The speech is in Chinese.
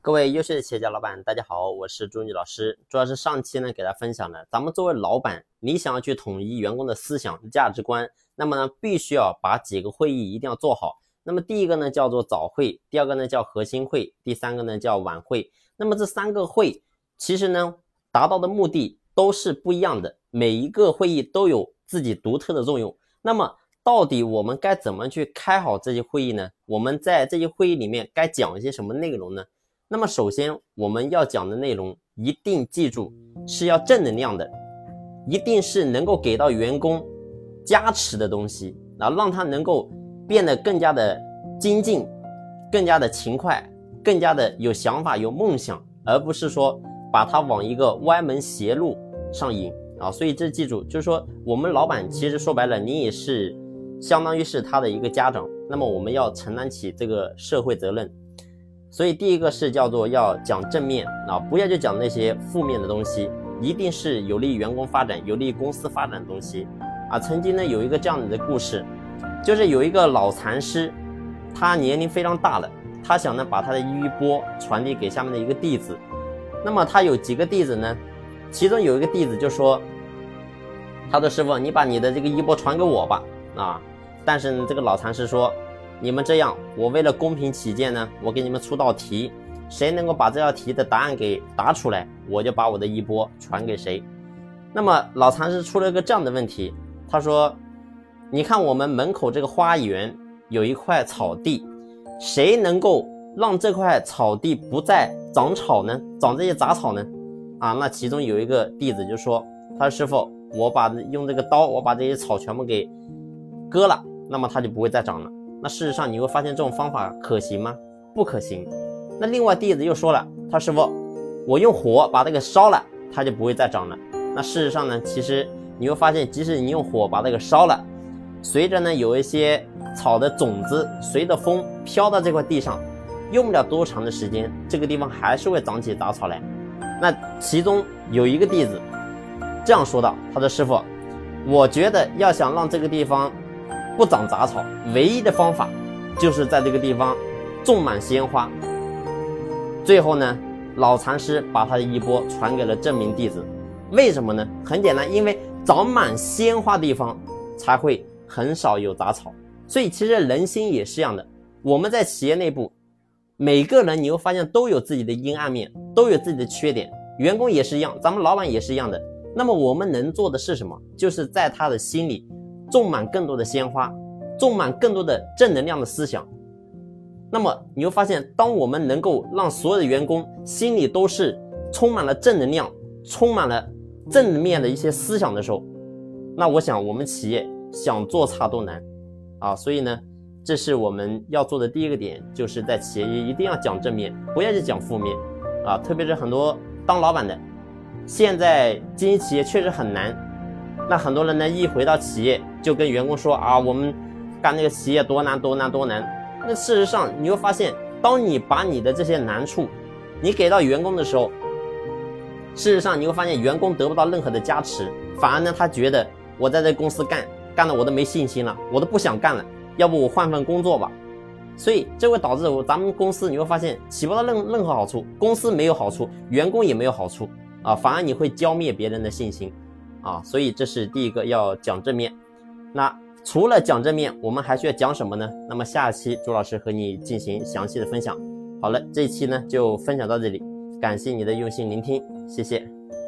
各位优秀的企业家老板，大家好，我是朱女老师。主要是上期呢给大家分享了，咱们作为老板，你想要去统一员工的思想价值观，那么呢必须要把几个会议一定要做好。那么第一个呢叫做早会，第二个呢叫核心会，第三个呢叫晚会。那么这三个会其实呢达到的目的都是不一样的，每一个会议都有自己独特的作用。那么到底我们该怎么去开好这些会议呢？我们在这些会议里面该讲一些什么内容呢？那么首先我们要讲的内容一定记住是要正能量的，一定是能够给到员工加持的东西，然后让他能够变得更加的精进，更加的勤快，更加的有想法有梦想，而不是说把他往一个歪门邪路上引啊。所以这记住，就是说我们老板其实说白了，你也是相当于是他的一个家长，那么我们要承担起这个社会责任。所以第一个是叫做要讲正面啊，不要就讲那些负面的东西，一定是有利于员工发展、有利于公司发展的东西啊。曾经呢有一个这样的故事，就是有一个老禅师，他年龄非常大了，他想呢把他的衣钵传递给下面的一个弟子。那么他有几个弟子呢？其中有一个弟子就说，他的师傅，你把你的这个衣钵传给我吧啊。但是呢这个老禅师说，你们这样，我为了公平起见呢，我给你们出道题，谁能够把这道题的答案给答出来，我就把我的衣钵传给谁。那么老禅师出了一个这样的问题，他说，你看我们门口这个花园有一块草地，谁能够让这块草地不再长草呢？长这些杂草呢？啊，那其中有一个弟子就说，他说师傅，我用这个刀，我把这些草全部给割了，那么它就不会再长了。那事实上你会发现这种方法可行吗？不可行。那另外弟子又说了，他师傅，我用火把这个烧了，它就不会再长了。那事实上呢，其实你会发现，即使你用火把这个烧了，随着呢有一些草的种子随着风飘到这块地上，用不了多长的时间，这个地方还是会长起杂草来。那其中有一个弟子这样说道，他说师傅，我觉得要想让这个地方不长杂草，唯一的方法就是在这个地方种满鲜花。最后呢，老禅师把他的衣钵传给了正名弟子。为什么呢？很简单，因为长满鲜花的地方才会很少有杂草。所以其实人心也是这样的，我们在企业内部，每个人你会发现都有自己的阴暗面，都有自己的缺点，员工也是一样，咱们老板也是一样的。那么我们能做的是什么？就是在他的心里种满更多的鲜花，种满更多的正能量的思想。那么你会发现，当我们能够让所有的员工心里都是充满了正能量，充满了正面的一些思想的时候，那我想我们企业想做差都难啊。所以呢，这是我们要做的第一个点，就是在企业一定要讲正面，不要去讲负面啊。特别是很多当老板的，现在经营企业确实很难。那很多人呢，一回到企业就跟员工说啊，我们干这个企业多难多难多难。那事实上你会发现，当你把你的这些难处你给到员工的时候，事实上你会发现员工得不到任何的加持，反而呢他觉得我在这公司干了我都没信心了，我都不想干了，要不我换份工作吧。所以这会导致咱们公司你会发现起不到任何好处，公司没有好处，员工也没有好处啊，反而你会浇灭别人的信心啊。所以这是第一个，要讲正面。那除了讲正面，我们还需要讲什么呢？那么下期朱老师和你进行详细的分享。好了，这一期呢就分享到这里，感谢你的用心聆听，谢谢。